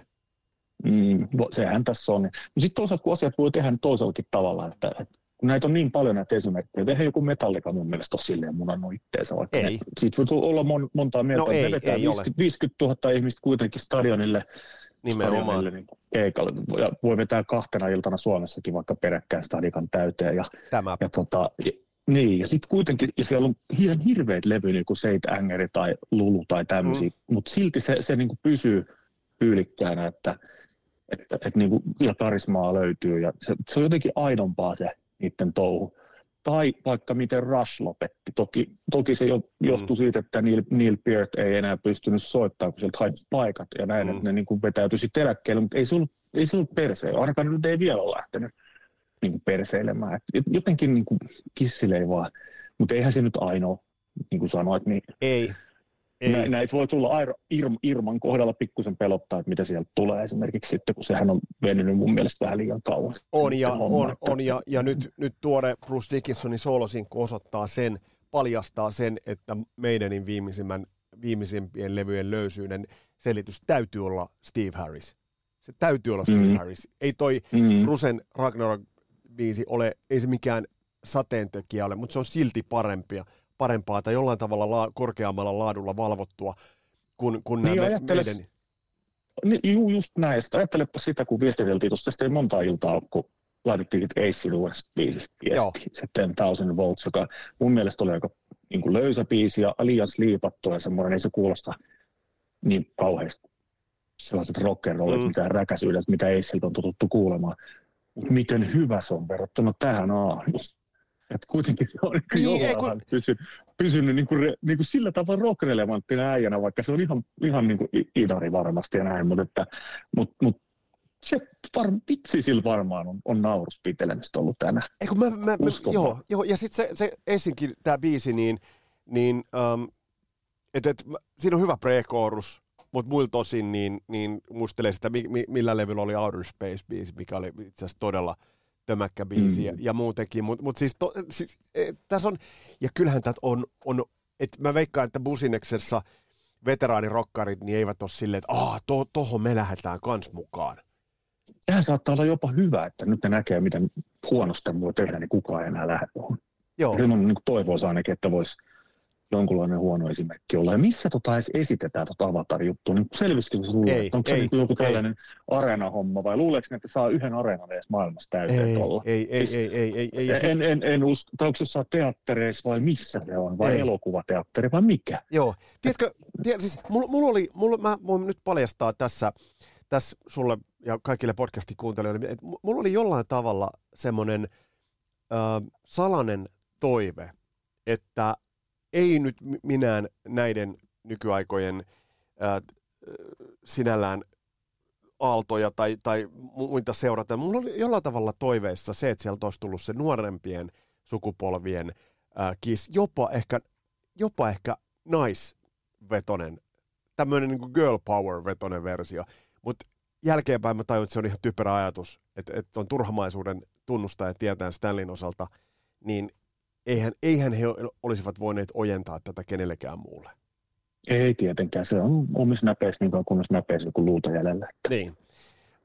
Mm, sehän tässä on. Sitten toisaalta, kun asiat voi tehdä toisellakin tavalla, että, että kun näitä on niin paljon näitä esimerkkejä, eihän joku Metallica mun mielestä ole silleen munannut itteensä, vaikka ei. Ne, siitä voi olla mon, montaa mieltä, no että ei, ne vetää ei viisikymmentä, viisikymmentätuhatta ihmistä kuitenkin stadionille, stadionille niin keikalle, ja voi vetää kahtena iltana Suomessakin vaikka peräkkäin stadikan täyteen. Ja, Tämä. Ja, tota, ja, niin, ja sitten kuitenkin, ja siellä on ihan hirveät levyjä, niin kuin Seid Angeri tai Lulu tai tämmöisiä, mm. mutta silti se, se niin kuin pysyy tyylikkäänä, että Että, että niin kuin, ja karismaa löytyy ja se, se on jotenkin aidompaa se niiden touhu. Tai vaikka miten Rush lopetti. Toki, toki se jo, johtui mm. siitä, että Neil, Neil Peart ei enää pystynyt soittamaan, kun sieltä haitsi paikat ja näin, mm. että ne niin kuin vetäytyi sitten eläkkeelle, mutta ei se ollut, ei se ollut perseen. Ainakaan nyt ei vielä ole lähtenyt niin kuin perseilemään. Et jotenkin niin kuin Kissille ei vaan, mutta eihän se nyt ainoa, niin kuin sanoit, niin ei. Ei. Näitä voi tulla Airo, Irm, Irman kohdalla pikkusen pelottaa, että mitä sieltä tulee esimerkiksi sitten, kun sehän on venynyt mun mielestä vähän liian kauan. On ja, on, on, ja, ja nyt, nyt tuore Bruce Dickinsonin soolosinkku osoittaa sen, paljastaa sen, että meidänin viimeisimmän, viimeisimpien levyjen löysyyden selitys täytyy olla Steve Harris. Se täytyy olla Steve mm. Harris. Ei toi mm. Rusen Ragnarok-biisi ole, ei se mikään sateentekijä ole, mutta se on silti parempia. parempaa tai jollain tavalla la- korkeammalla laadulla valvottua kuin, kuin niin nämä me- meidän. Niin, juu, just näin. Sitten ajattelepa sitä, kun viestiteltiin tuosta, tästä ei monta iltaa, kun laitettiin Acein uudesta biisistä viesti, se ten thousand volts, joka mun mielestä oli aika niin kuin löysä biisi ja liian sliipattu ja semmoinen, ei se kuulosta niin kauheasti sellaiset rock'n'rollit, mm. mitään räkäisyydet, mitä Aceilta on totuttu kuulemaan. Mutta miten hyvä se on verrattuna tähän aamuun. Että kuitenkin se on niin, jollain kun... pysynyt, pysynyt niin kuin, niin kuin sillä tavalla rock-relevanttina äijänä, vaikka se on ihan, ihan niin kuin idari varmasti ja näin, mutta, että, mutta, mutta se var, vitsi sillä varmaan on, on nauruspitelemistä ollut tänään. Eikö mä, mä, mä, joo, joo, ja sitten se, se Essinkin tämä biisi, niin, niin um, että et, siinä on hyvä pre-chorus, mutta muilta osin niin, niin muistelee sitä, mi, mi, millä levyllä oli Outer Space-biisi, mikä oli itse asiassa todella tömäkkä biisi ja, mm. ja muutenkin, mutta mut siis, to, siis e, tässä on, ja kyllähän tätä on, on että mä veikkaan, että Busineksessa veteraanirokkarit niin eivät ole silleen, että aah, to, tohon me lähdetään kans mukaan. Tähän saattaa olla jopa hyvä, että nyt ne näkee, miten huonosti voi tehdä, niin kukaan ei enää lähde tuohon. Joo. Silloin niin toivoisi ainakin, että voisi jonkunlainen huono esimerkki olla. Ja missä tota edes esitetään tota Avatar-juttua? Niin selvisikö sinulle, että onko ei, se joku tällainen areenahomma vai luuleeko ne, että saa yhden areenan edes maailmassa täyteen tuolla? Ei, ei, siis, ei, ei, ei, ei. En, en, en, en usko, tai onko se jossain teattereissa vai missä se on, vai ei. Elokuvateatteri vai mikä? Joo, tiedätkö, tiedätkö siis mulla, mulla oli, mulla, mä voin nyt paljastaa tässä, tässä sulle ja kaikille podcastin kuuntelijoille, että mulla oli jollain tavalla semmoinen äh, salainen toive, että ei nyt minään näiden nykyaikojen ää, sinällään aaltoja tai, tai muita seurata. Mulla oli jollain tavalla toiveissa se, että sieltä olisi tullut se nuorempien sukupolvien ää, Kiss, jopa ehkä, jopa ehkä naisvetonen, tämmöinen niin kuin girl power-vetonen versio. Mutta jälkeenpäin mä tajun, että se on ihan typerä ajatus, että, että on turhamaisuuden tunnusta ja tietää Stanleyn osalta, niin Eihän, eihän he olisivat voineet ojentaa tätä kenellekään muulle. Ei tietenkään. Se on omissa näpeissä niin kunnes näpeissä joku luuta jäljellä. Niin.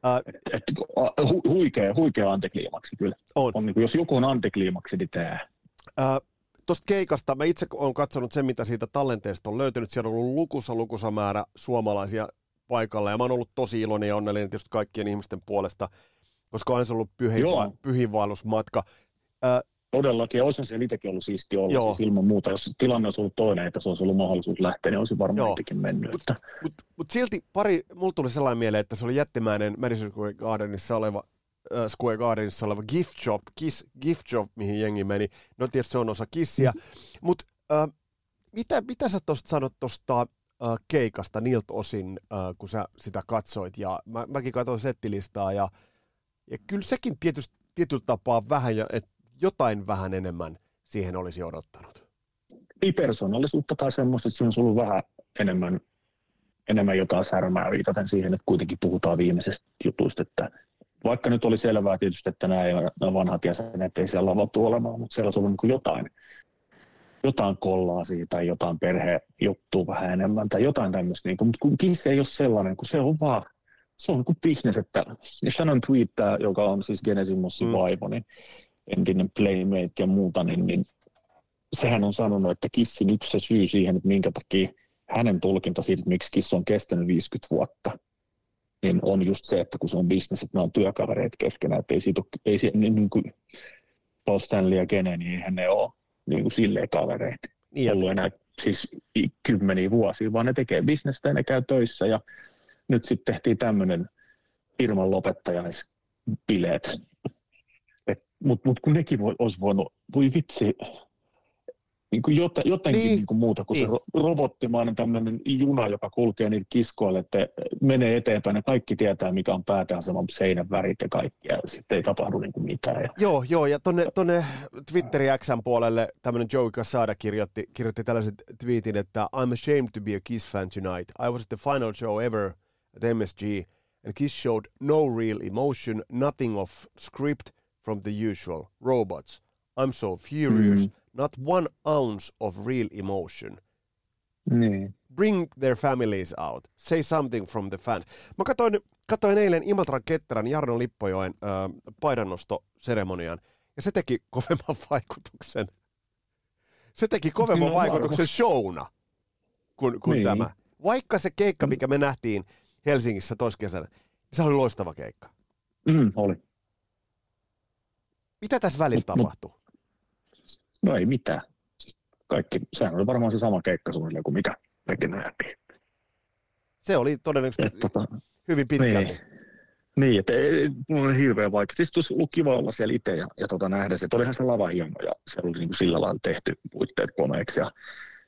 Äh, et, et, hu, huikea, huikea antikliimaksi kyllä. On. On, niin kuin, jos joku on antikliimaksi, niin tämä. Äh, Tuosta keikasta, mä itse olen katsonut sen, mitä siitä tallenteesta on löytynyt. Siellä on ollut lukuisa, lukuisa määrä suomalaisia paikalla, ja mä oon ollut tosi iloinen ja onnellinen tietysti kaikkien ihmisten puolesta, koska on se ollut pyhinva- pyhinvaellusmatka. Äh, Todellakin, ja olisihan siellä itsekin ollut siisti olla, Joo. siis ilman muuta. Jos tilanne olisi ollut toinen, että se olisi ollut mahdollisuus lähteä, niin olisi varmaan itsekin mennyt. Mutta että... mut, mut silti pari, mulla tuli sellainen mieleen, että se oli jättimäinen Madison Square Gardenissa oleva, äh, Square Gardenissa oleva gift shop, Kiss, gift shop, mihin jengi meni. No tietysti se on osa Kissia, mm. mutta äh, mitä, mitä sä tosta sanot tuosta äh, keikasta niiltä osin, äh, kun sä sitä katsoit, ja mä, mäkin katsoin settilistaa, ja, ja kyllä sekin tietysti tietyllä tapaa vähän, ja, että jotain vähän enemmän siihen olisi odottanut. Ei persoonallisuutta tai semmoista, että siinä on ollut vähän enemmän, enemmän jotain särmää viitaten siihen, että kuitenkin puhutaan viimeisestä jutuista, että vaikka nyt oli selvää tietysti, että nämä, nämä vanhat jäsenet ei siellä lavattu olemaan, mutta siellä olisi ollut niin jotain, jotain kollaa siitä tai jotain perhejuttua vähän enemmän tai jotain tämmöistä, niin kuin, mutta kun Kiss ei ole sellainen, kun se on vaan, se on kuin business, että Shannon Tweed, joka on siis Genesimosin mm. vaimo, niin entinen playmate ja muuta, niin, niin sehän on sanonut, että Kissin yksi se syy siihen, että minkä takia hänen tulkinta siitä, että miksi Kiss on kestänyt viisikymmentä vuotta, niin on just se, että kun se on business, että nämä on työkavereita keskenään, että ei siitä ole, ei siitä, niin, niin kuin Paul Stanley ja Gene, niin eihän ne ole niin kuin silleen kavereita. Niin, ollut enää siis kymmeniä vuosia, vaan ne tekee bisnestä ja ne käy töissä, ja nyt sitten tehtiin tämmöinen firman lopettajaisbileet. Mutta mut kun nekin voi, olisi voinut, voi vitsi, niin kuin jot, jotenkin niin. Niin kuin muuta kuin niin. Se robottimainen tämmöinen juna, joka kulkee niitä kiskoille, että menee eteenpäin ja kaikki tietää, mikä on päätänsä, seinän värit ja kaikki, ja sitten ei tapahdu niin kuin mitään. Ja... Joo, joo, ja tonne, tonne Twitterin X:n puolelle tämmöinen Joey Casada kirjoitti, kirjoitti tällaisen tweetin, että I'm ashamed to be a Kiss fan tonight. I was at the final show ever at M S G, and Kiss showed no real emotion, nothing of script from the usual robots. I'm so furious. Mm. Not one ounce of real emotion. Mm. Bring their families out. Say something from the fans. Mä katsoin, katsoin eilen Imatran Ketterän Jarno Lippojoen äh, paidannostoseremonian, ja se teki kovemman vaikutuksen. Se teki kovemman no, vaikutuksen varmasti. Showna kuin, kuin niin. Tämä. Vaikka se keikka, mikä me nähtiin Helsingissä toiskesänä, se oli loistava keikka. Mm, oli. Mitä tässä välissä mut, tapahtui? No ei mitään. Kaikki, sehän oli varmaan se sama keikka suunnilleen kuin mikä mekin nähtiin. Se oli todennäköisesti tota, hyvin pitkälti. Niin, niin että mulla oli hirveän vaikea. Siis olisi ollut kiva olla siellä itse ja, ja tota, nähdä se. Että olihan se lava hieno ja se oli niin kuin sillä lailla tehty puitteet komeiksi. Ja,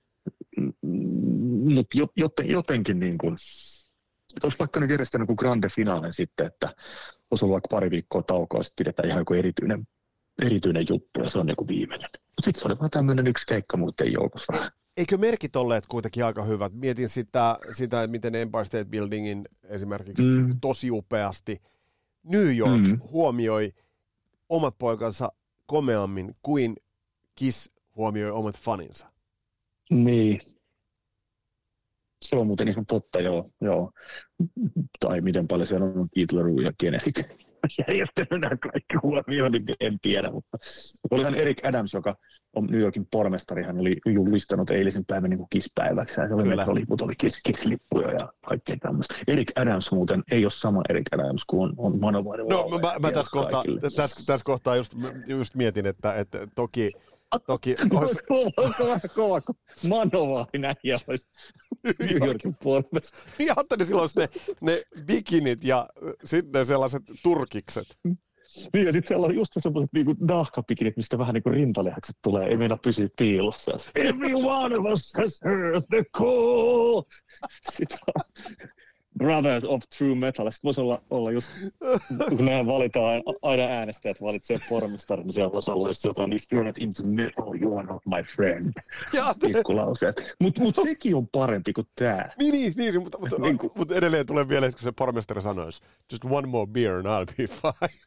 mutta joten, jotenkin niin kuin, että olisi vaikka nyt järjestänyt kuin grande finale sitten, että olisi ollut vaikka pari viikkoa taukoa, sitten pidetään ihan joku erityinen, erityinen juttu ja se on niin kuin viimeinen. Mutta sitten se oli vaan tämmöinen yksi keikka muiden joukossa vähän. Eikö merkit olleet kuitenkin aika hyvät? Mietin sitä, sitä miten Empire State Buildingin esimerkiksi mm. tosi upeasti New York mm. huomioi omat poikansa komeammin kuin Kiss huomioi omat faninsa. Niin. Se on muuten ihan totta, joo. joo. Tai miten paljon siellä on Hitleru ja Genesis järjestänyt nämä kaikki huomioon, niin en tiedä. Mutta olihan Eric Adams, joka on New Yorkin pormestari, hän oli julistanut eilisen päivän niin kuin Kiss-päiväksi. Ja se oli metroliput, oli Kiss-lippuja ja kaikkea tämmöistä. Eric Adams muuten ei ole sama Eric Adams kuin on, on Manovainen. No mä, mä tässä, kohtaa, tässä, tässä kohtaa just, just mietin, että, että toki... Toki olisi... Kova, kova, kova, kun Manovainen äijä olisi New Yorkin pormestari. Niin ajattelin silloin ne, ne bikinit ja sitten sellaiset turkikset. Niin ja sitten siellä on just sellaiset niinku nahkapikinit, mistä vähän niinku rintalihakset tulee, ei meinaa pysyä piilossa. Every one of us has heard the call. Sitten Brothers of True Metal. Sitten voisi olla, olla just, kun nämä valitaan, aina äänestäjät valitsee pormestarin, niin siellä voisi olla just jotain, if you're not into metal, you are not my friend. Pikkulauseet. Mutta mut sekin on parempi kuin tämä. Niin, niin, niin mutta, mutta, niin kuin... mutta edelleen tulee vielä, kun se pormestari sanoisi, just one more beer and I'll be fine.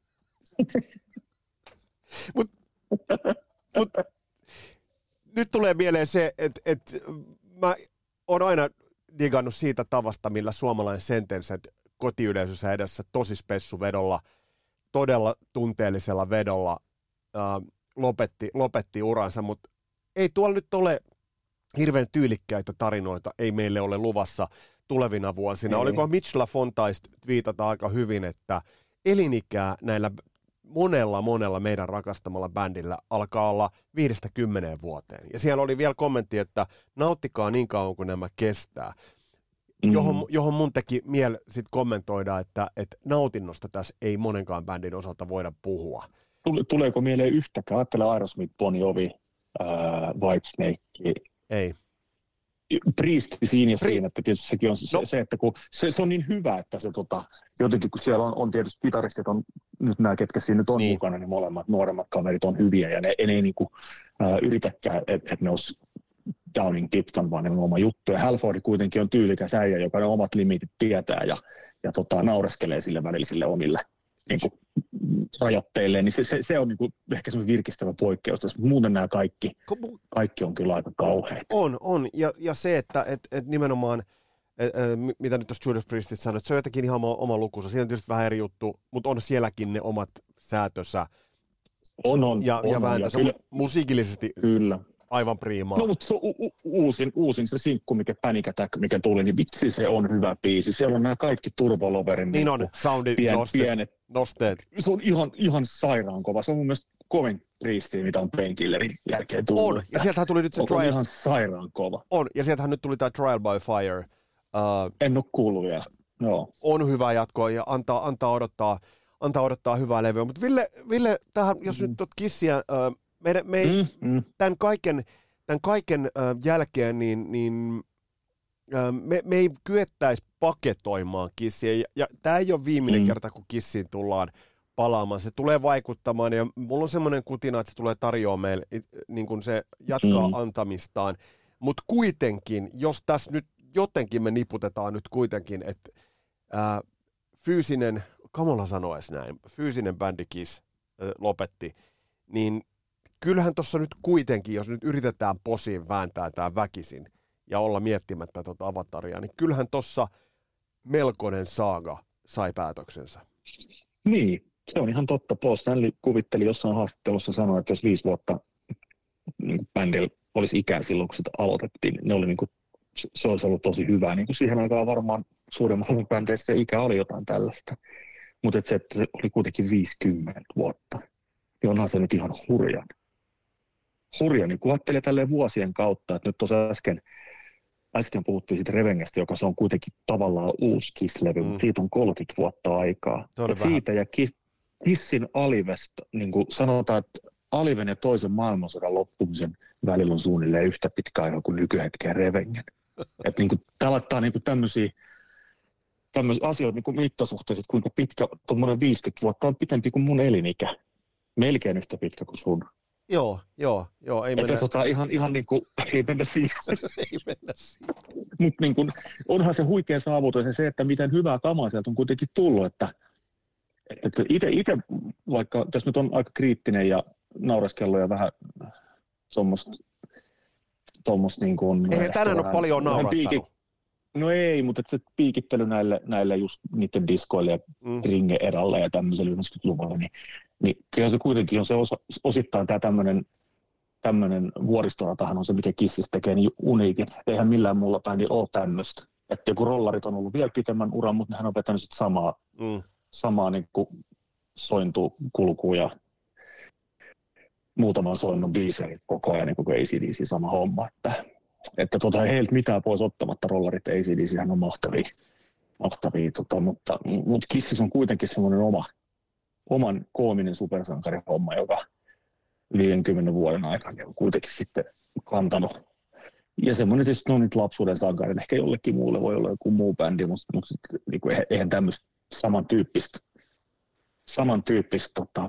Mutta mut, nyt tulee mieleen se, että et, mä oon aina digannut siitä tavasta, milla suomalainen Sentenced kotiyleisössä edessä tosi spessuvedolla, todella tunteellisella vedolla ää, lopetti, lopetti uransa, mutta ei tuolla nyt ole hirveän tyylikkäitä tarinoita, ei meille ole luvassa tulevina vuosina. Ei. Oliko Mitch LaFontaista viitata aika hyvin, että elinikää näillä monella, monella meidän rakastamalla bändillä alkaa olla viidestä kymmeneen vuoteen. Ja siellä oli vielä kommentti, että nauttikaa niin kauan kuin nämä kestää. Mm. Johon, johon mun teki mieli sit kommentoida, että, että nautinnosta tässä ei monenkaan bändin osalta voida puhua. Tuleeko mieleen yhtäkään? Ajattele Aerosmith, Bon Jovi, äh, Whitesnake. Ei. Priest siinä ja Pri- siinä, että tietysti sekin on se, no. se että kun se, se on niin hyvä, että se tota, jotenkin kun siellä on, on tietysti kitaristit, on nyt nämä, ketkä siinä nyt on niin. mukana, niin molemmat nuoremmat kaverit on hyviä ja ne, ne ei niinku, äh, yritäkään, että et ne olisi Downing Tipton, vaan ne on oma juttu. Ja Halfordi kuitenkin on tyylikäs äijä, joka ne omat limitit tietää ja, ja tota, naureskelee sille välillä sille omille niin kuin, rajoitteilleen, niin se, se, se on niin kuin, ehkä semmoinen virkistävä poikkeus. Tässä muuten nämä kaikki, kaikki on kyllä aika kauheita. On, on. Ja, ja se, että et, et nimenomaan, et, et, mitä nyt tuossa Judas Priestistä sanoit, se on jotenkin ihan oma, oma lukunsa. Siinä on tietysti vähän eri juttu, mutta on sielläkin ne omat säätönsä. On, on. Ja, on, ja on, vääntönsä, ja mutta musiikillisesti kyllä. Aivan priimaa. No, mutta se u- u- uusin, uusin se sinkku, mikä Panic Attack, mikä tuli, niin vitsi se on hyvä biisi. Siellä on nämä kaikki Turboloverin niin on, soundit, pien, nosteet, pienet. nosteet. Se on ihan, ihan sairaan kova. Se on mun mielestä kovin Priestia, mitä on Painkillerin jälkeen tullut. On, ja sieltähän tuli nyt se on, trial. On ihan sairaan kova. On, ja sieltähän nyt tuli tämä Trial by Fire. Uh, en ole kuullut vielä. No. On hyvä jatkoa ja antaa, antaa, odottaa, antaa odottaa hyvää levyä. Mutta Ville, Ville tähän, jos mm. nyt tuot Kissiä, uh, me, me mm, mm. tämän kaiken... Tämän kaiken äh, jälkeen niin, niin, äh, me, me ei kyettäisi paketoimaan Kissiä. Ja, ja tämä ei ole viimeinen mm. kerta, kun Kissiin tullaan palaamaan. Se tulee vaikuttamaan ja mulla on semmoinen kutina, että se tulee tarjoamaan meille, niin kuin se jatkaa mm. antamistaan. Mutta kuitenkin, jos tässä nyt jotenkin me niputetaan nyt kuitenkin, että äh, fyysinen, Kamola sanoisi näin, fyysinen bändi Kiss äh, lopetti, niin kyllähän tuossa nyt kuitenkin, jos nyt yritetään posiin vääntää tämä väkisin ja olla miettimättä tuota avataria, niin kyllähän tuossa melkoinen saaga sai päätöksensä. Niin, se on ihan totta. Paul Stanley kuvitteli jossain haastattelussa sanoa, että jos viisi vuotta niin bändillä olisi ikää silloin, kun sitä aloitettiin, ne oli niin kuin, se olisi ollut tosi hyvää. Niin kuin siihen aikaan varmaan suuremmassa bändeissä ikä oli jotain tällaista. Mutta se, että se oli kuitenkin viisikymmentä vuotta, niin onhan se nyt ihan hurjan. Hurja, niin kun ajattelee tälleen vuosien kautta, että nyt tuossa äsken, äsken puhuttiin siitä Revengestä, joka se on kuitenkin tavallaan uusi Kiss-levy, mm. mutta siitä on kolmekymmentä vuotta aikaa. Ja siitä ja Kiss, Kissin Alivesta, niin kuin sanotaan, että Aliven ja toisen maailmansodan loppumisen välillä on suunnilleen yhtä pitkä aika kuin nykyhetken Revengen. Että niin kuin, tämä laittaa niin kuin tämmöisiä, tämmöisiä asioita niin kuin mittasuhteessa, kuinka pitkä, tuommoinen viisikymmentä vuotta on pitempi kuin mun elinikä. Melkein yhtä pitkä kuin sun. Joo, joo, joo, ei mennä. Tota, ihan, ihan niin kuin, ei mennä siihen. ei mennä siihen. Mutta niin kuin, onhan se huikea saavutus ja se, että miten hyvää kamaa sieltä on kuitenkin tullut, että, että itse, vaikka tässä nyt on aika kriittinen ja naureskellut ja vähän tuommoista, tuommoista niin kuin... Eihän tänään ole paljon naurattanut. Piiki, no ei, mutta se piikittely näille, näille just niiden diskoille ja mm. ringe-eralle ja tämmöiselle yhdeksänkymmentäluvulla, niin niin kyllä se kuitenkin on se osa, osittain tämä tämmöinen, tämmöinen vuoristoratahan on se, mikä Kississä tekee niin uniikin. Eihän millään muulla bändillä ole tämmöistä. Että joku rollarit on ollut vielä pitemmän uran, mutta nehän on vetänyt sitten samaa, mm. samaa niin kuin sointukulkua ja muutaman soinnon biisejä koko ajan, niin kuin A C D C sama homma. Että, että tota, ei heiltä mitään pois ottamatta, rollarit A C D C on mahtavia, mahtavia tota, mutta, mutta Kississä on kuitenkin semmoinen oma, oman koominen supersankarihomma, joka viidenkymmenen vuoden aikana on kuitenkin sitten kantanut. Ja semmoinen tietysti on nyt lapsuuden sankarit, ehkä jollekin muulle voi olla joku muu bändi, mutta, mutta niin kuin, eihän tämmöistä samantyyppistä, samantyyppistä tota,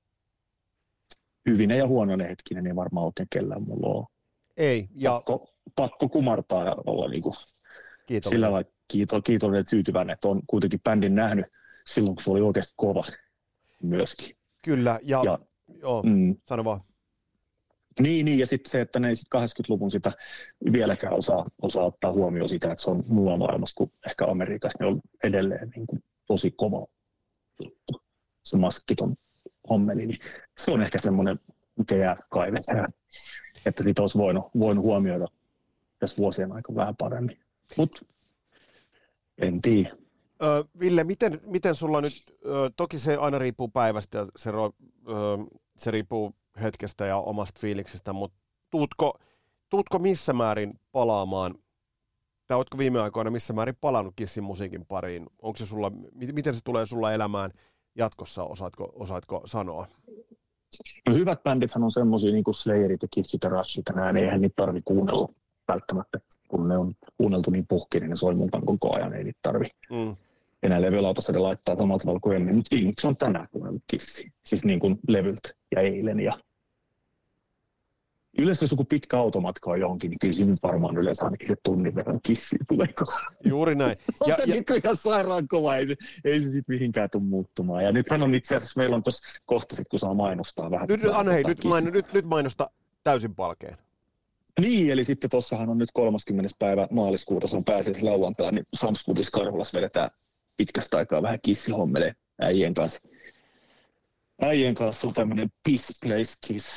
hyvinen ja huonoinen hetkinen ei varmaan oikein kellään mulla ole. Ei. Ja... Pakko, pakko kumartaa ja olla niin kuin sillä lailla kiito, kiitollinen ja tyytyväinen, että on kuitenkin bändin nähnyt silloin, kun se oli oikeasti kova myöskin. Kyllä, ja, ja joo, mm, sano vaan. Niin, niin, ja sitten se, että ne ei sit kahdeksankymmentäluvun sitä vieläkään osaa, osaa ottaa huomioon sitä, että se on muulla maailmassa kuin ehkä Amerikassa, ne on edelleen niin kuin tosi kova juttu. Se maskiton hommeli, niin se on ehkä semmoinen, mikä jää kaivetaan, että sitä olisi voinut, voinut huomioida tässä vuosien aikana vähän paremmin. Mutta en tiedä. Ö, Ville, miten, miten sulla nyt, ö, toki se aina riippuu päivästä ja se, ö, se riippuu hetkestä ja omasta fiiliksestä, mutta tuutko, tuutko missä määrin palaamaan, tai ootko viime aikoina missä määrin palannut Kissin musiikin pariin? Onko se sulla, miten se tulee sulla elämään jatkossa, osaatko, osaatko sanoa? No, hyvät bändithän on semmoisia niin kuin Slayerit ja Kissit ja Rushit ja näin, eihän niitä tarvitse kuunnella välttämättä, kun ne on kuunneltu niin puhki, niin ne soi mukaan koko ajan, ei niitä tarvitse. Mm. Enää levylautasta ne laittaa samalta tavalla kuin ennen, mutta viimeksi on tänään kuunnellut Kissia, siis niin kuin levyltä ja eilen. Ja yleensä jos joku pitkä automatka on johonkin, niin kyllä siinä varmaan yleensä ainakin se tunnin verran Kissiä tulee. Juuri näin. on ja, se ja... niin ihan sairaan kova, ei se, ei se sitten mihinkään tule muuttumaan. Ja nythän on itse asiassa, meillä on tuossa kohta sit, kun saa mainostaa vähän. Nyt, Anna, hei, nyt, maino, nyt, nyt mainosta täysin palkeen. Niin, eli sitten tuossahan on nyt kolmaskymmenes päivä maaliskuuta, se on pääsiäisen lauantaina, niin Sam's Pubissa Karhulassa vedetään pitkästä aikaa vähän kissihommele äijien kanssa. Äijien kanssa on tämmöinen Peace Place Kiss.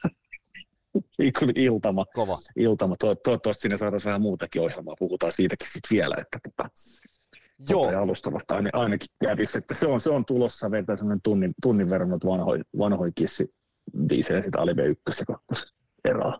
Iltama. Kova. Iltama. To- toivottavasti sinne saataisiin vähän muutakin ohjelmaa. Puhutaan siitäkin sitten vielä, että tota, Joo. Tota, alustavasta ain- ainakin kävisi, että se on, se on tulossa vetää semmoinen tunnin, tunnin verran noita vanhoja, vanhoja Kissi-biisejä sitä Alive yksi ja kaksi eraa.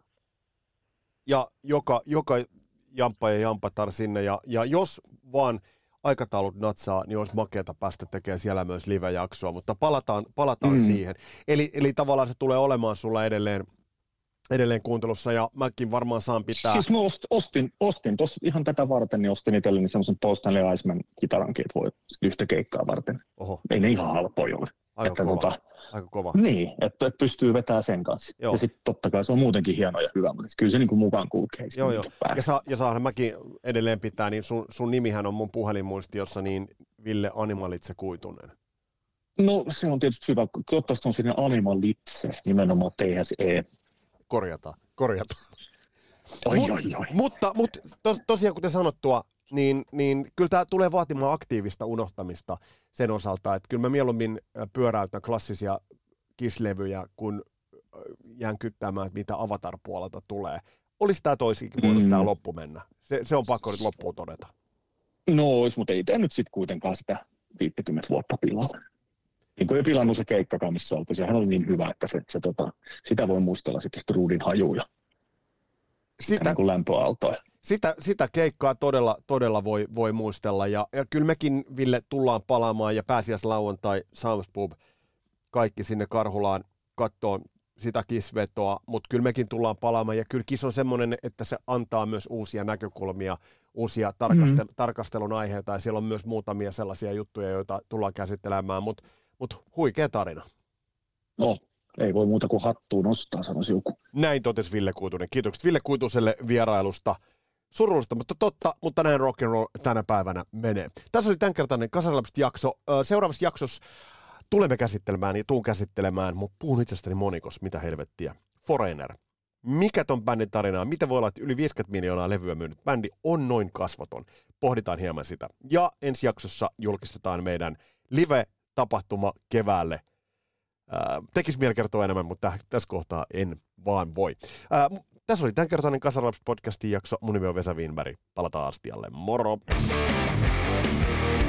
Ja joka, joka jamppa ja jampatar sinne, ja, ja jos vaan aikataulut natsaa, niin olisi makeata päästä tekemään siellä myös live-jaksoa, mutta palataan, palataan mm. siihen. Eli, eli tavallaan se tulee olemaan sulla edelleen, edelleen kuuntelussa, ja mäkin varmaan saan pitää... Siis mä ostin, ostin tuossa ihan tätä varten, niin ostin itselleni semmoisen Paul Stanley Iceman-kitarankin, että voi yhtä keikkaa varten. Oho. Ei ne ihan halpoja ole. Aika että kova. Tota, Aika kova. Niin, että, että pystyy vetämään sen kanssa. Joo. Ja sitten totta kai se on muutenkin hieno ja hyvä, mutta kyllä se niin kuin mukaan kulkee. Joo, joo. Ja, sa, ja saahan mäkin edelleen pitää, niin sun, sun nimihän on mun puhelinmuistiossa, niin Ville Animalitse Kuitunen. No se on tietysti hyvä. Toivottavasti on sinne Animalitse, nimenomaan T S E. Korjataan, korjataan. Oi, Mut, oi, oi. Mutta, mutta tos, tosiaan kuten sanottua, niin, niin kyllä tämä tulee vaatimaan aktiivista unohtamista sen osalta, että kyllä mä mieluummin pyöräytän klassisia Kiss-levyjä, kun jään kyttäämään, että mitä Avatar-puolelta tulee. Olisi tämä toisikin voinut mm. tämä loppu mennä. Se, se on pakko nyt loppuun todeta. No olisi, mutta ei tämä nyt sitten kuitenkaan sitä viisikymmentä vuotta pilalla. Niin kuin ei pilannut se keikkakaan, missä oltiin. Sehän oli niin hyvä, että se, se, tota, sitä voi muistella sitten Strudin hajuja. Sitä, niin kuin lämpöaaltoja. Sitä, sitä keikkaa todella, todella voi, voi muistella. Ja, ja kyllä mekin, Ville, tullaan palaamaan ja pääsiäislauantai, Sam's Pub, kaikki sinne Karhulaan kattoon sitä Kiss-vetoa, mutta kyllä mekin tullaan palaamaan. Ja kyllä Kiss on semmoinen, että se antaa myös uusia näkökulmia, uusia tarkastel- mm. tarkastelun aiheita. Ja siellä on myös muutamia sellaisia juttuja, joita tullaan käsittelemään, mutta mut huikea tarina. No. Ei voi muuta kuin hattuun nostaa, sanoisi joku. Näin totesi Ville Kuitunen. Kiitokset Ville Kuituselle vierailusta. Surullista, mutta totta, mutta näin rock'n'roll tänä päivänä menee. Tässä oli tämänkertainen Kasarilapset-jakso. Seuraavassa jaksossa tulemme käsittelemään ja tuun käsittelemään, mutta puhun itsestäni Monikos, mitä helvettiä. Foreigner. Mikä ton bändin tarinaa? Miten voi olla, että yli viisikymmentä miljoonaa levyä myynyt bändi on noin kasvoton? Pohditaan hieman sitä. Ja ensi jaksossa julkistetaan meidän live-tapahtuma keväälle. Äh, tekisi mieli kertoa enemmän, mutta tässä kohtaa en vaan voi. Äh, tässä oli tämänkertainen Kasarilapset-podcastin jakso. Mun nimi on Vesa Wienberg. Palataan astialle. Moro!